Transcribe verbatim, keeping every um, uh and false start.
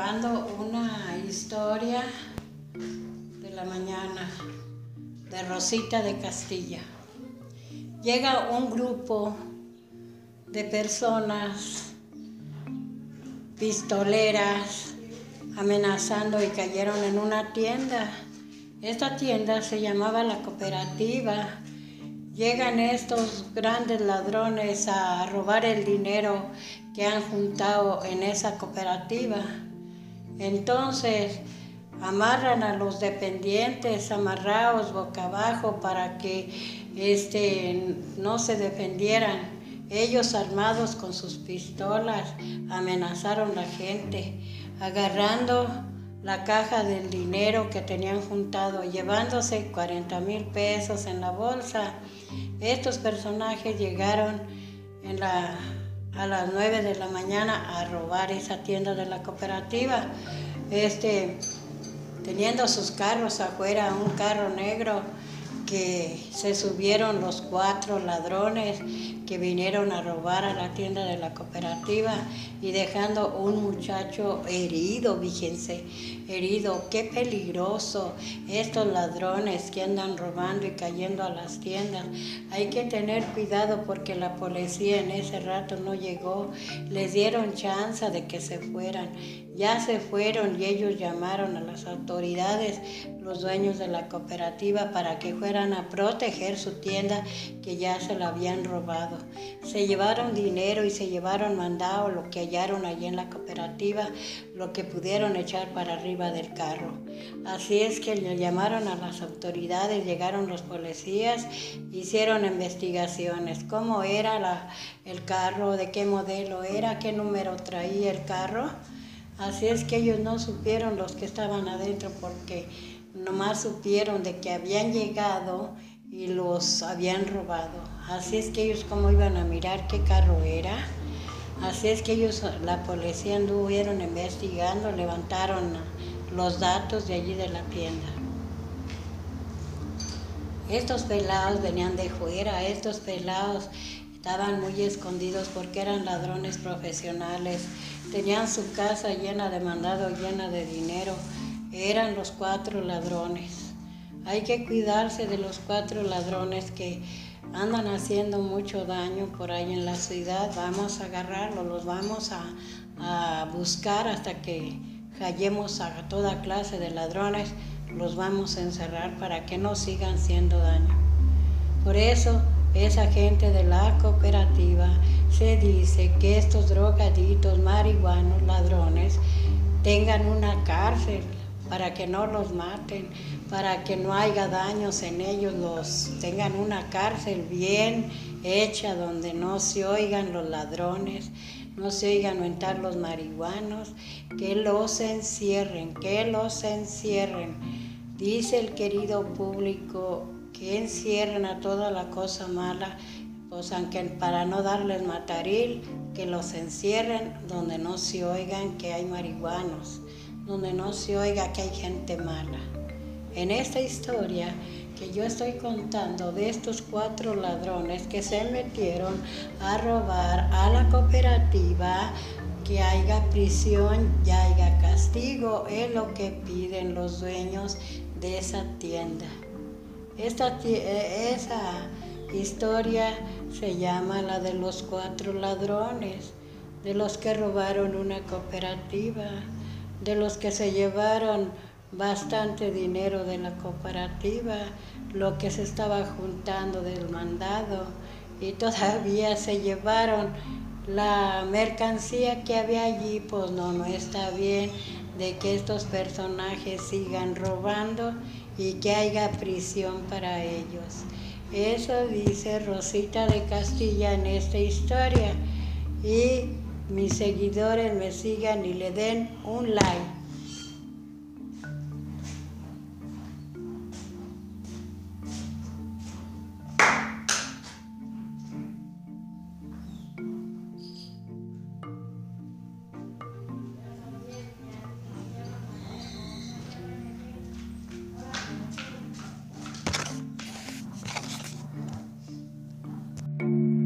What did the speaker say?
contando una historia de la mañana de Rosita de Castilla. Llega un grupo de personas pistoleras amenazando y cayeron en una tienda. Esta tienda se llamaba La Cooperativa. Llegan estos grandes ladrones a robar el dinero que han juntado en esa cooperativa. Entonces amarran a los dependientes, amarrados boca abajo para que este, no se defendieran. Ellos, armados con sus pistolas, amenazaron a la gente, agarrando la caja del dinero que tenían juntado, llevándose cuarenta mil pesos en la bolsa. Estos personajes llegaron en la, a las nueve de la mañana a robar esa tienda de la cooperativa, este, teniendo sus carros afuera, un carro negro, que se subieron los cuatro ladrones que vinieron a robar a la tienda de la cooperativa y dejando un muchacho herido, fíjense, herido. Qué peligroso estos ladrones que andan robando y cayendo a las tiendas. Hay que tener cuidado porque la policía en ese rato no llegó, les dieron chance de que se fueran. Ya se fueron y ellos llamaron a las autoridades, los dueños de la cooperativa, para que fueran a proteger su tienda que ya se la habían robado. Se llevaron dinero y se llevaron mandado, lo que hallaron allí en la cooperativa, lo que pudieron echar para arriba del carro. Así es que le llamaron a las autoridades, llegaron los policías, hicieron investigaciones, cómo era la, el carro, de qué modelo era, qué número traía el carro. Así es que ellos no supieron, los que estaban adentro, porque nomás supieron de que habían llegado y los habían robado. Así es que ellos cómo iban a mirar qué carro era. Así es que ellos, la policía anduvieron investigando, levantaron los datos de allí de la tienda. Estos pelados venían de fuera, estos pelados estaban muy escondidos porque eran ladrones profesionales. Tenían su casa llena de mandado, llena de dinero. Eran los cuatro ladrones. Hay que cuidarse de los cuatro ladrones que andan haciendo mucho daño por ahí en la ciudad. Vamos a agarrarlos, los vamos a, a buscar hasta que hallemos a toda clase de ladrones. Los vamos a encerrar para que no sigan haciendo daño. Por eso, esa gente de la cooperativa se dice que estos drogaditos, marihuanos, ladrones, tengan una cárcel para que no los maten, para que no haya daños en ellos, los tengan una cárcel bien hecha donde no se oigan los ladrones, no se oigan mentar los marihuanos, que los encierren, que los encierren. Dice el querido público que encierren a toda la cosa mala, pues aunque para no darles mataril, que los encierren donde no se oigan que hay marihuanos, donde no se oiga que hay gente mala. En esta historia que yo estoy contando de estos cuatro ladrones que se metieron a robar a la cooperativa, que haya prisión y haya castigo, es lo que piden los dueños de esa tienda. Esta, esa historia se llama la de los cuatro ladrones, de los que robaron una cooperativa, de los que se llevaron bastante dinero de la cooperativa, lo que se estaba juntando del mandado, y todavía se llevaron la mercancía que había allí. Pues no, no está bien de que estos personajes sigan robando y que haya prisión para ellos. Eso dice Rosita de Castilla en esta historia. Y mis seguidores me sigan y le den un like. Thank you.